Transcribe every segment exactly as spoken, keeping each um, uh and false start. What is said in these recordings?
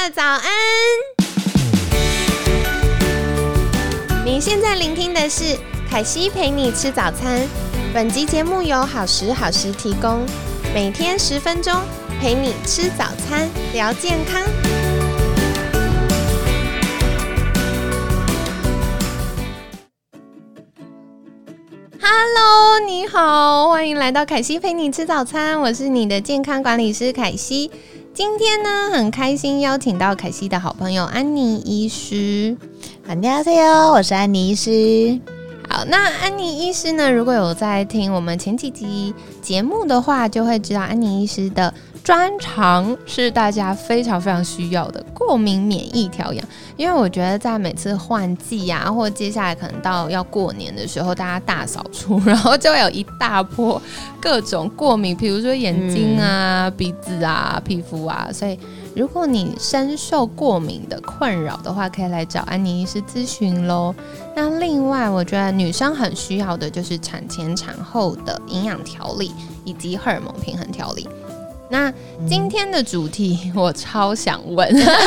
家早安！你现在聆听的是凯西陪你吃早餐。本集节目由好时好时提供，每天十分钟陪你吃早餐，聊健康。Hello， 你好，欢迎来到凯西陪你吃早餐，我是你的健康管理师凯西。今天呢，很开心邀请到凯西的好朋友安妮医师。 안녕하세요，我是安妮医师。 好，那安妮医师呢，如果有在听我们前几集节目的话，就会知道安妮医师的专长是大家非常非常需要的过敏免疫调养。因为我觉得在每次换季啊，或接下来可能到要过年的时候，大家大扫除，然后就会有一大波各种过敏，比如说眼睛啊、嗯、鼻子啊、皮肤啊，所以如果你深受过敏的困扰的话，可以来找安妮医师咨询咯。那另外我觉得女生很需要的就是产前产后的营养调理以及荷尔蒙平衡调理。那今天的主题我超想问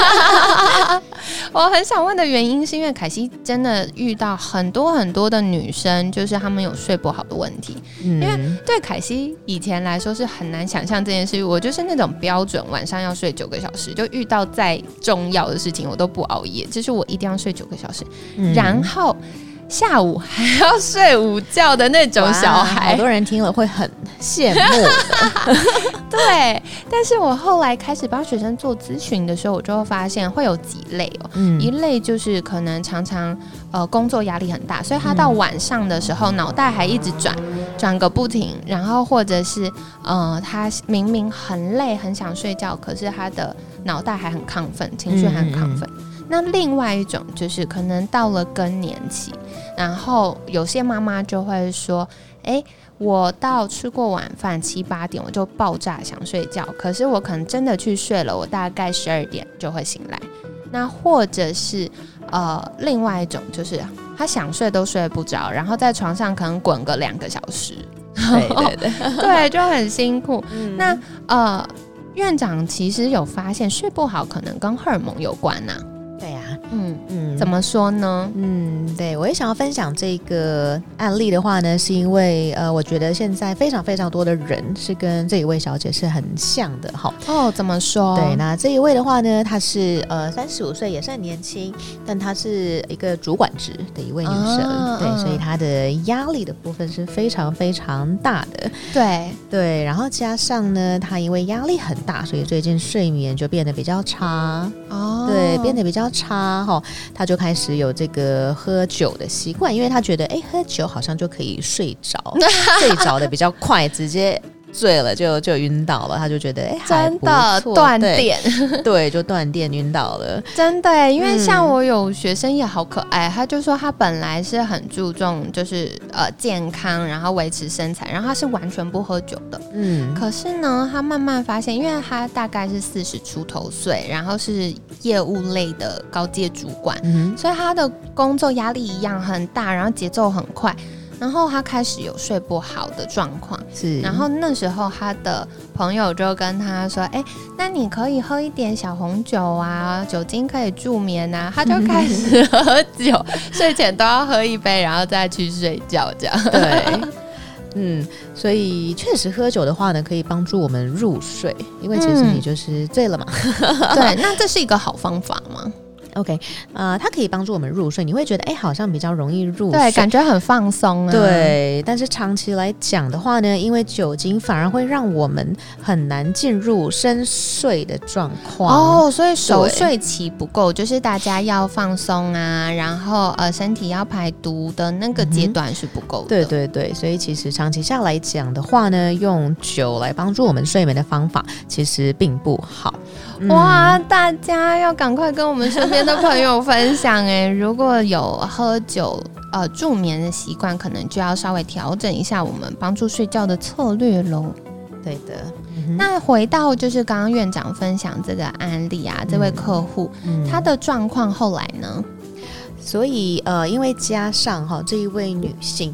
我很想问的原因是因为凯西真的遇到很多很多的女生，就是她们有睡不好的问题、嗯、因为对凯西以前来说是很难想象这件事，我就是那种标准晚上要睡九个小时，就遇到再重要的事情我都不熬夜，就是我一定要睡九个小时、嗯、然后下午还要睡午觉的那种小孩， 好多人听了会很羡慕的对，但是我后来开始帮学生做咨询的时候，我就会发现会有几类哦、嗯、一类就是可能常常呃工作压力很大，所以他到晚上的时候、嗯、脑袋还一直转转个不停，然后或者是呃他明明很累很想睡觉，可是他的脑袋还很亢奋，情绪还很亢奋、嗯嗯，那另外一种就是可能到了更年期，然后有些妈妈就会说，哎，我到吃过晚饭七八点我就爆炸想睡觉，可是我可能真的去睡了，我大概十二点就会醒来。那或者是呃，另外一种就是他想睡都睡不着，然后在床上可能滚个两个小时， 对对对对，就很辛苦、嗯、那呃，院长其实有发现睡不好可能跟荷尔蒙有关啊。 对呀、啊， 嗯嗯，怎么说呢？ 嗯，对，我也想要分享这个案例的话呢，是因为呃，我觉得现在非常非常多的人是跟这一位小姐是很像的哈。 哦，怎么说？ 对，那这一位的话呢，她是呃三十五岁，也是很年轻，但她是一个主管职的一位女生，啊、对，所以她的压力的部分是非常非常大的。 对对，然后加上呢，她因为压力很大，所以最近睡眠就变得比较差。哦，对，变得比较差哈，他就开始有这个喝酒的习惯，因为他觉得哎，喝酒好像就可以睡着睡着的比较快，直接醉了就就晕倒了，他就觉得哎， 真的断电， 对，就断电晕倒了， 真的。因为像我有学生也好可爱，嗯、他就说他本来是很注重就是呃健康，然后维持身材，然后他是完全不喝酒的，嗯，可是呢，他慢慢发现，因为他大概是四十出头岁，然后是业务类的高阶主管，嗯、所以他的工作压力一样很大，然后节奏很快。然后他开始有睡不好的状况，是。然后那时候他的朋友就跟他说：“哎，那你可以喝一点小红酒啊，酒精可以助眠啊。”他就开始喝酒，睡前都要喝一杯，然后再去睡觉，这样。 对，嗯，所以确实喝酒的话呢，可以帮助我们入睡，因为其实你就是醉了嘛。 嗯、对，那这是一个好方法吗 ？OK， 呃，它可以帮助我们入睡，你会觉得哎，好像比较容易入睡， 对，感觉很放松啊。 对，但是长期来讲的话呢，因为酒精反而会让我们很难进入深睡的状况。 哦，所以熟睡期不够，就是大家要放松啊，然后呃身体要排毒的那个阶段是不够的。嗯、 对对对，所以其实长期下来讲的话呢，用酒来帮助我们睡眠的方法其实并不好。 嗯、哇，大家要赶快跟我们身边的朋友分享哎，如果有喝酒呃助眠的习惯，可能就要稍微调整一下我们帮助睡觉的策略咯。 对的、 嗯、那回到就是刚刚院长分享这个案例啊，这位客户、嗯、他的状况后来呢？ 所以呃，因为加上哈这一位女性，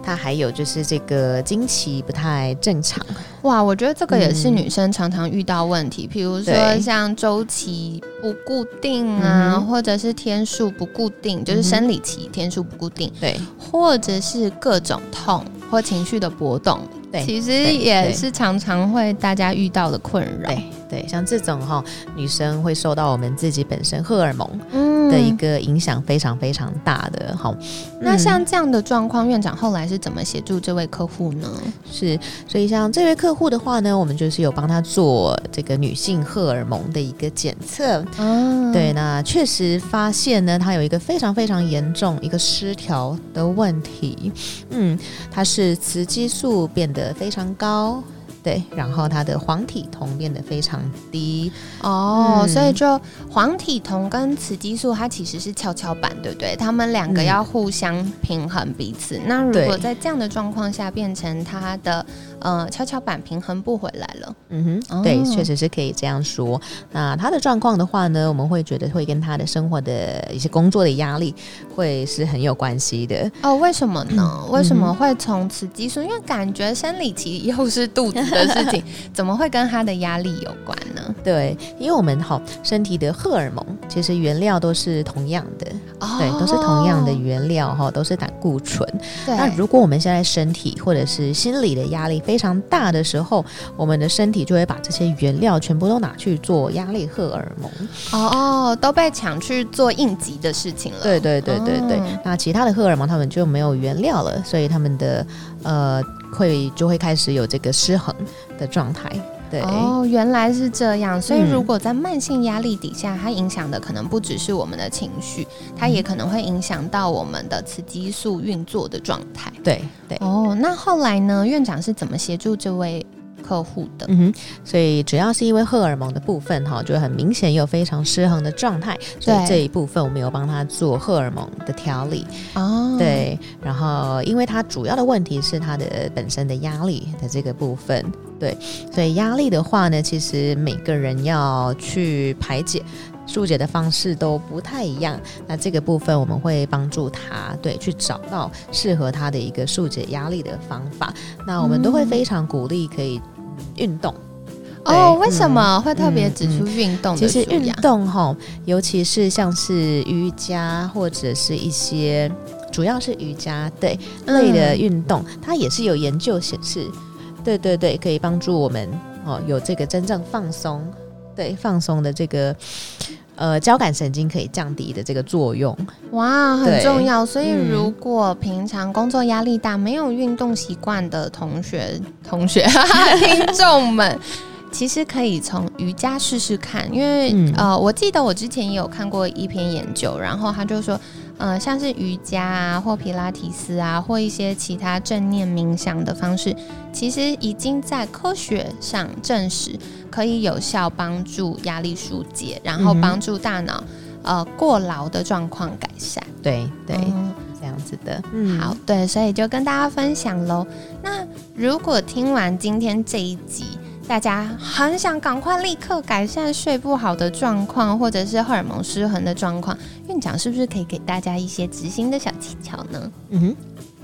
它还有就是这个经期不太正常。 哇，我觉得这个也是女生常常遇到问题，比、嗯、如说像周期不固定啊、嗯，或者是天数不固定，就是生理期天数不固定，对，或者是各种痛或情绪的波动，对，其实也是常常会大家遇到的困扰。 对对，像这种哈、哦，女生会受到我们自己本身荷尔蒙的一个影响非常非常大的哈、嗯。 那像这样的状况，院长后来是怎么协助这位客户呢？ 是，所以像这位客户的话呢，我们就是有帮他做这个女性荷尔蒙的一个检测。嗯，对，那确实发现呢，他有一个非常非常严重一个失调的问题。嗯，他是雌激素变得非常高。对，然后它的黄体酮变得非常低哦、嗯，所以就黄体酮跟雌激素它其实是跷跷板，对不对？它们两个要互相平衡彼此。嗯、那如果在这样的状况下变成它的呃跷跷板平衡不回来了， 嗯哼，哦、对，确实是可以这样说。那他的状况的话呢，我们会觉得会跟他的生活的一些工作的压力会是很有关系的。 哦，为什么呢？嗯、为什么会从雌激素？因为感觉生理期又是肚子的事情怎么会跟他的压力有关呢？ 对，因为我们好身体的荷尔蒙其实原料都是同样的、哦、对，都是同样的原料哈，都是胆固醇。那如果我们现在身体或者是心理的压力非常大的时候，我们的身体就会把这些原料全部都拿去做压力荷尔蒙。 哦，都被抢去做应急的事情了。 对对对对对、哦、那其他的荷尔蒙他们就没有原料了，所以他们的呃会就会开始有这个失衡的状态。对哦，原来是这样。所以如果在慢性压力底下、嗯、它影响的可能不只是我们的情绪，它也可能会影响到我们的雌激素运作的状态。 对对。 哦，那后来呢，院长是怎么协助这位客户的？ 嗯哼，所以主要是因为荷尔蒙的部分哈，就很明显有非常失衡的状态，所以这一部分我们有帮他做荷尔蒙的调理。哦，对，然后因为他主要的问题是他的本身的压力的这个部分。对，所以压力的话呢，其实每个人要去排解疏解的方式都不太一样，那这个部分我们会帮助他对去找到适合他的一个疏解压力的方法。那我们都会非常鼓励可以运动。 哦，为什么会特别指出运动的、嗯嗯？ 其实运动哈，尤其是像是瑜伽或者是一些主要是瑜伽对类的运动、嗯，它也是有研究显示，对对对，可以帮助我们哦有这个真正放松，对放松的这个呃交感神经可以降低的这个作用。 哇，很重要。所以如果平常工作压力大、没有运动习惯的同学、同学听众们。其实可以从瑜伽试试看，因为、嗯、呃，我记得我之前也有看过一篇研究，然后他就说，呃，像是瑜伽啊，或皮拉提斯啊，或一些其他正念冥想的方式，其实已经在科学上证实可以有效帮助压力疏解，然后帮助大脑、嗯、呃过劳的状况改善。 对对。嗯这样子的， 嗯，好，对，所以就跟大家分享咯。那如果听完今天这一集，大家很想赶快立刻改善睡不好的状况，或者是荷尔蒙失衡的状况，院长是不是可以给大家一些执行的小技巧呢？ 嗯哼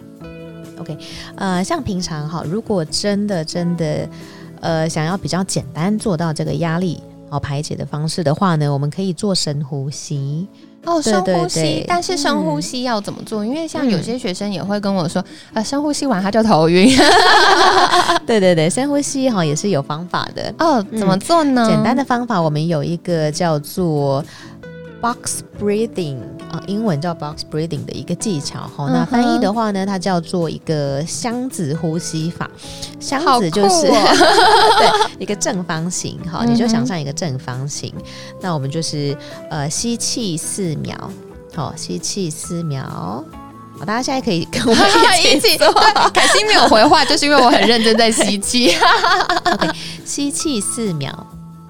，OK， 呃，像平常哈，如果真的真的呃想要比较简单做到这个压力好排解的方式的话呢，我们可以做深呼吸。 哦，深呼吸，对对对，但是深呼吸要怎么做？嗯、因为像有些学生也会跟我说，嗯、呃，深呼吸完他就头晕。 对对对，深呼吸哈也是有方法的。 哦，怎么做呢？ 嗯、简单的方法，我们有一个叫做 box breathing 啊，英文叫 box breathing 的一个技巧哈、嗯。那翻译的话呢，它叫做一个箱子呼吸法。箱子就是、哦、对一个正方形哈、嗯，你就想象一个正方形。那我们就是呃吸气四秒，好，吸气四秒。好，大家现在可以跟我一起做。 对，凯西没有回话，就是因为我很认真在吸气。 OK， 吸气四秒。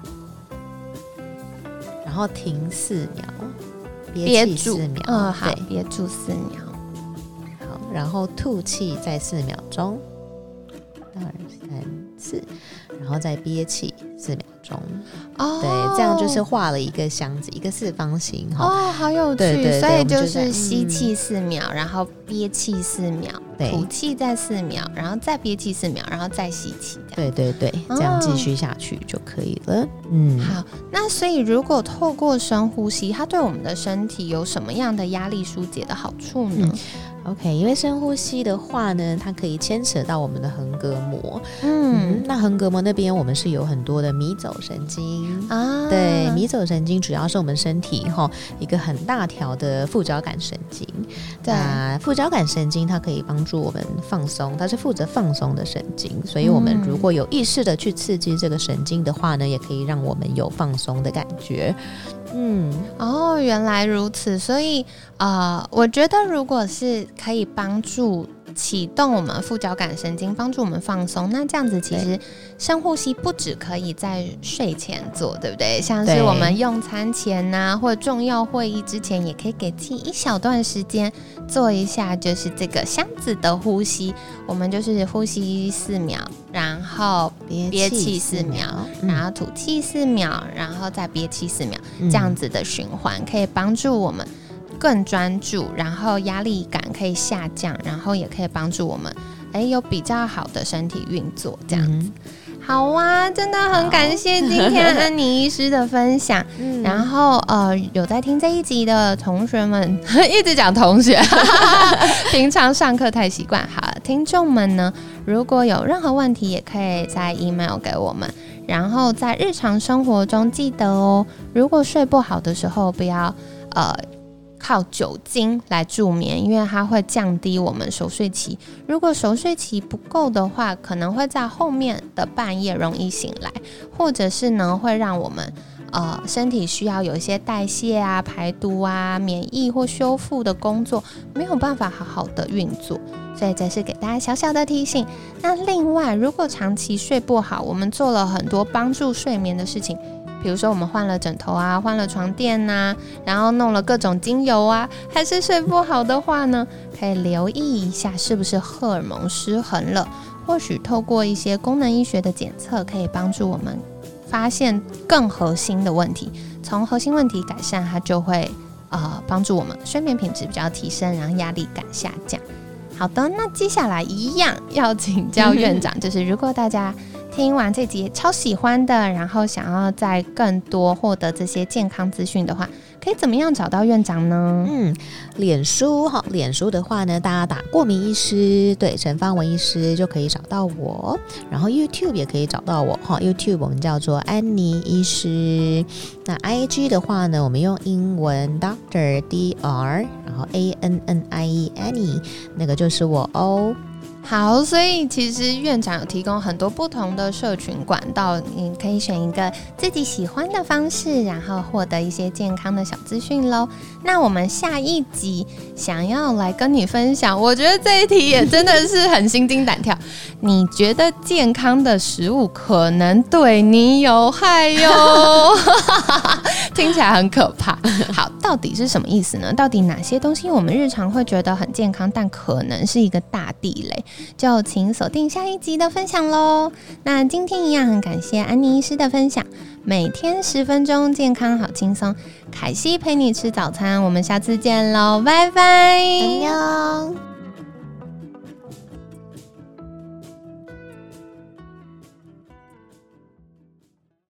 然后停四秒，憋气四秒， 嗯，好，憋住四秒， 好，然后吐气再四秒钟，二三四，然后再憋气四秒钟， 钟。哦，对，这样就是画了一个箱子，一个四方形。 哦，好有趣。 对对对， 所以就是吸气四秒、嗯，然后憋气四秒，吐气再四秒，然后再憋气四秒，然后再吸气。 对对对，这样继续下去就可以了。嗯， 好。那所以如果透过深呼吸，它对我们的身体有什么样的压力疏解的好处呢？嗯 OK， 因为深呼吸的话呢，它可以牵扯到我们的横膈膜。嗯, 嗯，那横膈膜那边我们是有很多的迷走神经啊。对，迷走神经主要是我们身体哈一个很大条的副交感神经。对，那副交感神经它可以帮助我们放松，它是负责放松的神经，所以我们如果有意识的去刺激这个神经的话呢，也可以让我们有放松的感觉。嗯， 哦，原来如此，所以呃，我觉得如果是可以帮助启动我们副交感神经，帮助我们放松，那这样子其实深呼吸不只可以在睡前做，对不对？像是我们用餐前啊，或者重要会议之前，也可以给自己一小段时间做一下，就是这个箱子的呼吸。我们就是呼吸四秒，然后憋气四秒，然后吐气四秒，然后再憋气四秒，这样子的循环可以帮助我们更专注，然后压力感可以下降，然后也可以帮助我们哎有比较好的身体运作，这样子。嗯，好啊，真的很感谢今天安妮医师的分享。嗯、然后呃，有在听这一集的同学们，一直讲同学，平常上课太习惯。好，听众们呢，如果有任何问题，也可以在 email 给我们。然后在日常生活中记得哦，如果睡不好的时候，不要呃。靠酒精来助眠，因为它会降低我们熟睡期。如果熟睡期不够的话，可能会在后面的半夜容易醒来，或者是呢会让我们呃身体需要有一些代谢啊、排毒啊、免疫或修复的工作，没有办法好好的运作。所以这是给大家小小的提醒。那另外，如果长期睡不好，我们做了很多帮助睡眠的事情。比如说我们换了枕头啊，换了床垫啊，然后弄了各种精油啊，还是睡不好的话呢，可以留意一下是不是荷尔蒙失衡了。或许透过一些功能医学的检测，可以帮助我们发现更核心的问题，从核心问题改善，它就会呃帮助我们睡眠品质比较提升，然后压力感下降。好的，那接下来一样要请教院长，就是如果大家听完这集超喜欢的，然后想要再更多获得这些健康资讯的话，可以怎么样找到院长呢？ 嗯，脸书哈，脸书的话呢，大家打过敏医师，对，陈芳文医师就可以找到我。然后 YouTube 也可以找到我哈 ，YouTube 我们叫做安妮医师。那 I G 的话呢，我们用英文 Doctor D R， 然后 A N N I E Annie， 那个就是我哦。 好，所以其实院长有提供很多不同的社群管道，你可以选一个自己喜欢的方式，然后获得一些健康的小资讯咯。那我们下一集想要来跟你分享，我觉得这一题也真的是很心惊胆跳。你觉得健康的食物可能对你有害哟？听起来很可怕。好，到底是什么意思呢？到底哪些东西我们日常会觉得很健康，但可能是一个大地雷？就请锁定下一集的分享咯。那今天一样很感谢安妮医师的分享，每天十分钟，健康好轻松。凯西陪你吃早餐，我们下次见咯，拜拜。 안녕。